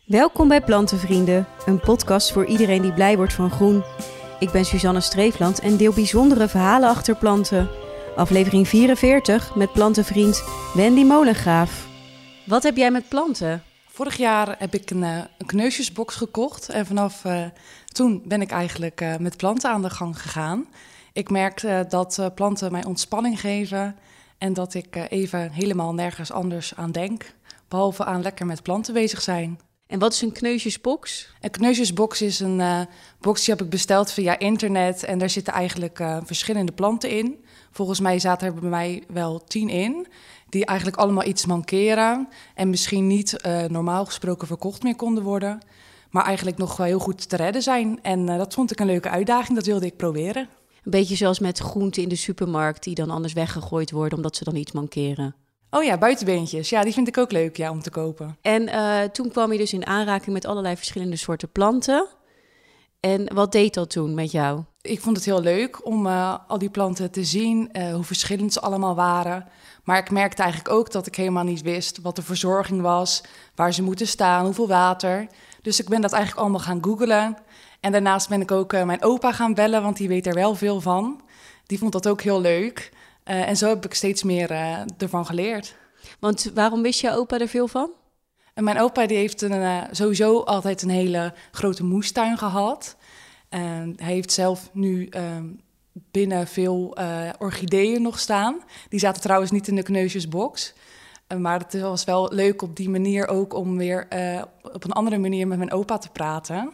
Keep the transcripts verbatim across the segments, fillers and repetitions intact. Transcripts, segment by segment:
Welkom bij Plantenvrienden, een podcast voor iedereen die blij wordt van groen. Ik ben Suzanne Streefland en deel bijzondere verhalen achter planten. Aflevering vierenveertig met plantenvriend Wendy Molengraaf. Wat heb jij met planten? Vorig jaar heb ik een, uh, een kneusjesbox gekocht en vanaf uh, toen ben ik eigenlijk uh, met planten aan de gang gegaan. Ik merk uh, dat uh, planten mij ontspanning geven en dat ik uh, even helemaal nergens anders aan denk, behalve aan lekker met planten bezig zijn. En wat is een kneusjesbox? Een kneusjesbox is een uh, box die heb ik besteld via internet en daar zitten eigenlijk uh, verschillende planten in. Volgens mij zaten er bij mij wel tien in, die eigenlijk allemaal iets mankeren en misschien niet uh, normaal gesproken verkocht meer konden worden, maar eigenlijk nog wel heel goed te redden zijn. En uh, dat vond ik een leuke uitdaging, dat wilde ik proberen. Een beetje zoals met groenten in de supermarkt die dan anders weggegooid worden omdat ze dan iets mankeren. Oh ja, buitenbeentjes. Ja, die vind ik ook leuk ja, om te kopen. En uh, toen kwam je dus in aanraking met allerlei verschillende soorten planten. En wat deed dat toen met jou? Ik vond het heel leuk om uh, al die planten te zien, uh, hoe verschillend ze allemaal waren. Maar ik merkte eigenlijk ook dat ik helemaal niet wist wat de verzorging was, waar ze moeten staan, hoeveel water. Dus ik ben dat eigenlijk allemaal gaan googlen. En daarnaast ben ik ook uh, mijn opa gaan bellen, want die weet er wel veel van. Die vond dat ook heel leuk. Uh, en zo heb ik steeds meer uh, ervan geleerd. Want waarom wist je opa er veel van? En mijn opa die heeft een, uh, sowieso altijd een hele grote moestuin gehad. Uh, hij heeft zelf nu uh, binnen veel uh, orchideeën nog staan. Die zaten trouwens niet in de kneusjesbox. Uh, maar het was wel leuk op die manier ook om weer uh, op een andere manier met mijn opa te praten.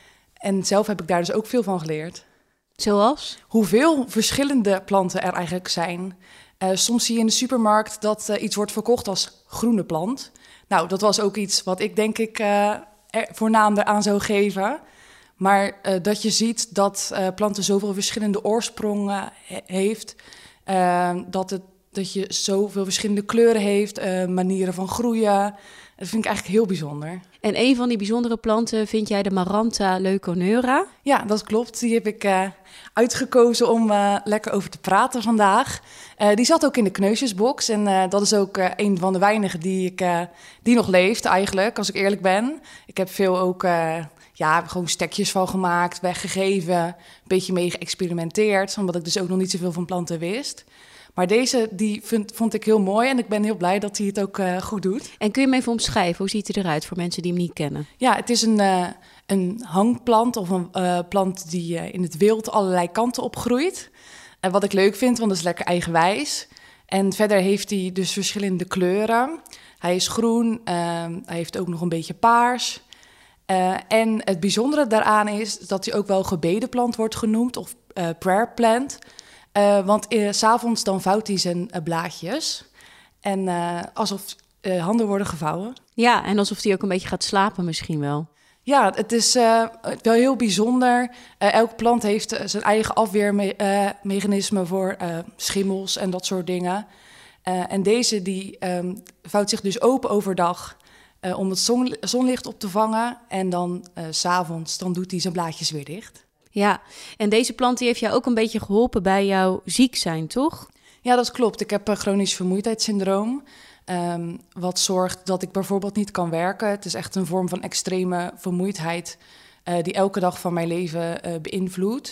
En zelf heb ik daar dus ook veel van geleerd. Zoals? Hoeveel verschillende planten er eigenlijk zijn. Uh, soms zie je in de supermarkt dat uh, iets wordt verkocht als groene plant. Nou, dat was ook iets wat ik denk ik uh, voornaam eraan zou geven. Maar uh, dat je ziet dat uh, planten zoveel verschillende oorsprongen he- heeft. Uh, dat, het, dat je zoveel verschillende kleuren heeft, uh, manieren van groeien. Dat vind ik eigenlijk heel bijzonder. En een van die bijzondere planten vind jij de Maranta leuconeura? Ja, dat klopt. Die heb ik uh, uitgekozen om uh, lekker over te praten vandaag. Uh, die zat ook in de kneusjesbox. En uh, dat is ook uh, een van de weinigen die, ik, uh, die nog leeft eigenlijk, als ik eerlijk ben. Ik heb veel ook uh, ja, gewoon stekjes van gemaakt, weggegeven. Een beetje mee geëxperimenteerd, omdat ik dus ook nog niet zoveel van planten wist. Maar deze die vind, vond ik heel mooi en ik ben heel blij dat hij het ook uh, goed doet. En kun je hem even omschrijven? Hoe ziet hij eruit voor mensen die hem niet kennen? Ja, het is een, uh, een hangplant of een uh, plant die uh, in het wild allerlei kanten opgroeit. En wat ik leuk vind, want dat is lekker eigenwijs. En verder heeft hij dus verschillende kleuren. Hij is groen, uh, hij heeft ook nog een beetje paars. Uh, en het bijzondere daaraan is dat hij ook wel gebedenplant wordt genoemd of uh, prayer plant. Uh, want uh, 's avonds dan vouwt hij zijn uh, blaadjes. En uh, alsof uh, handen worden gevouwen. Ja, en alsof hij ook een beetje gaat slapen misschien wel. Ja, het is uh, wel heel bijzonder. Uh, elke plant heeft uh, zijn eigen afweermechanisme voor uh, schimmels en dat soort dingen. Uh, en deze die um, vouwt zich dus open overdag uh, om het zon, zonlicht op te vangen. En dan uh, 's avonds dan doet hij zijn blaadjes weer dicht. Ja, en deze plant die heeft jou ook een beetje geholpen bij jouw ziek zijn, toch? Ja, dat klopt. Ik heb een chronisch vermoeidheidssyndroom. Um, wat zorgt dat ik bijvoorbeeld niet kan werken. Het is echt een vorm van extreme vermoeidheid uh, die elke dag van mijn leven uh, beïnvloedt.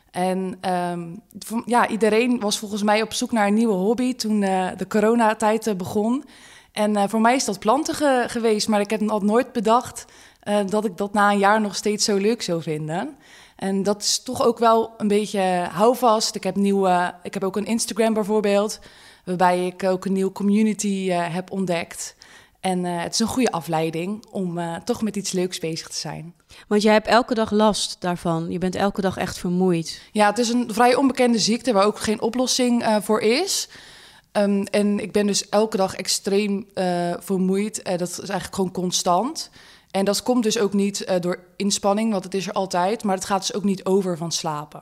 En um, ja, iedereen was volgens mij op zoek naar een nieuwe hobby toen uh, de coronatijd uh, begon. En uh, voor mij is dat planten ge- geweest, maar ik heb nog nooit bedacht uh, dat ik dat na een jaar nog steeds zo leuk zou vinden. En dat is toch ook wel een beetje houvast. Ik heb, nieuwe, ik heb ook een Instagram bijvoorbeeld, waarbij ik ook een nieuwe community uh, heb ontdekt. En uh, het is een goede afleiding om uh, toch met iets leuks bezig te zijn. Want jij hebt elke dag last daarvan. Je bent elke dag echt vermoeid. Ja, het is een vrij onbekende ziekte waar ook geen oplossing uh, voor is. Um, en ik ben dus elke dag extreem uh, vermoeid. Uh, dat is eigenlijk gewoon constant. En dat komt dus ook niet uh, door inspanning, want het is er altijd. Maar het gaat dus ook niet over van slapen.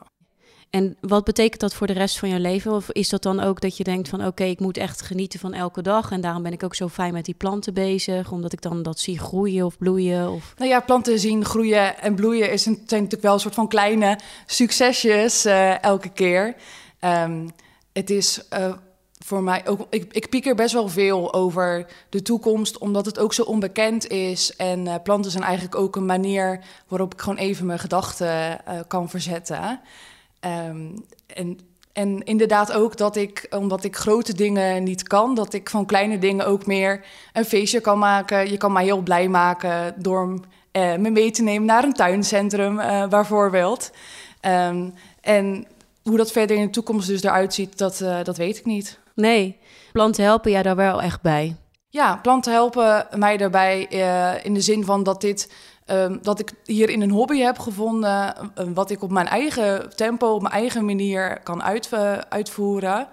En wat betekent dat voor de rest van je leven? Of is dat dan ook dat je denkt van oké, okay, ik moet echt genieten van elke dag. En daarom ben ik ook zo fijn met die planten bezig. Omdat ik dan dat zie groeien of bloeien. Of... Nou ja, planten zien groeien en bloeien is een, zijn natuurlijk wel een soort van kleine succesjes uh, elke keer. Um, het is uh, voor mij ook, ik, ik pieker best wel veel over de toekomst, omdat het ook zo onbekend is. En uh, planten zijn eigenlijk ook een manier waarop ik gewoon even mijn gedachten uh, kan verzetten. Um, en, en inderdaad ook dat ik, omdat ik grote dingen niet kan, dat ik van kleine dingen ook meer een feestje kan maken. Je kan mij heel blij maken door uh, me mee te nemen naar een tuincentrum, uh, bijvoorbeeld. Um, en hoe dat verder in de toekomst dus eruit ziet, dat, uh, dat weet ik niet. Nee, planten helpen jij daar wel echt bij? Ja, planten helpen mij daarbij uh, in de zin van dat dit... Um, dat ik hierin een hobby heb gevonden, uh, wat ik op mijn eigen tempo, op mijn eigen manier kan uit, uh, uitvoeren.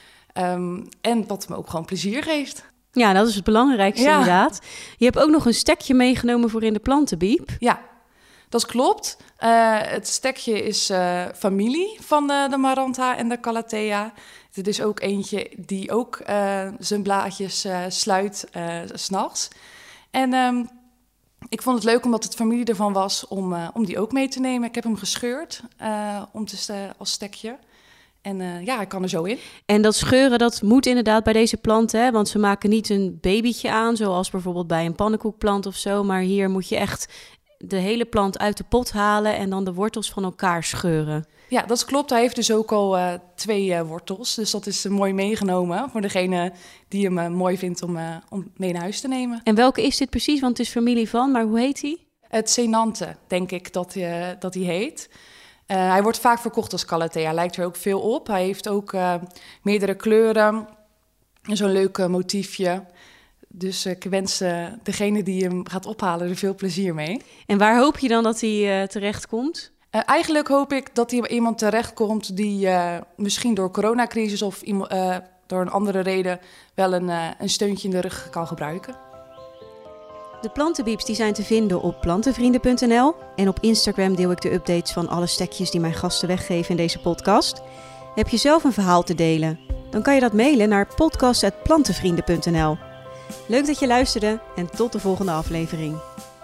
Um, en wat me ook gewoon plezier geeft. Ja, dat is het belangrijkste ja. inderdaad. Je hebt ook nog een stekje meegenomen voor in de plantenbiep. Ja, dat klopt. Uh, het stekje is uh, familie van de, de Maranta en de Calathea. Het is ook eentje die ook uh, zijn blaadjes uh, sluit uh, 's nachts. En um, ik vond het leuk omdat het familie ervan was om, uh, om die ook mee te nemen. Ik heb hem gescheurd uh, om te st- als stekje. En uh, ja, ik kan er zo in. En dat scheuren, dat moet inderdaad bij deze planten, hè? Want ze maken niet een babytje aan, zoals bijvoorbeeld bij een pannenkoekplant of zo. Maar hier moet je echt de hele plant uit de pot halen en dan de wortels van elkaar scheuren. Ja, dat klopt. Hij heeft dus ook al uh, twee uh, wortels. Dus dat is uh, mooi meegenomen voor degene die hem uh, mooi vindt om, uh, om mee naar huis te nemen. En welke is dit precies? Want het is familie van, maar hoe heet hij? Het Zenante, denk ik dat, uh, dat hij heet. Uh, hij wordt vaak verkocht als Calathea. Hij lijkt er ook veel op. Hij heeft ook uh, meerdere kleuren en zo'n leuk uh, motiefje. Dus uh, ik wens uh, degene die hem gaat ophalen er veel plezier mee. En waar hoop je dan dat hij uh, terecht komt? Uh, eigenlijk hoop ik dat hier iemand terechtkomt die uh, misschien door coronacrisis of uh, door een andere reden wel een, uh, een steuntje in de rug kan gebruiken. De plantenbieps die zijn te vinden op plantenvrienden punt n l en op Instagram deel ik de updates van alle stekjes die mijn gasten weggeven in deze podcast. Heb je zelf een verhaal te delen? Dan kan je dat mailen naar podcast apenstaartje plantenvrienden punt n l. Leuk dat je luisterde en tot de volgende aflevering.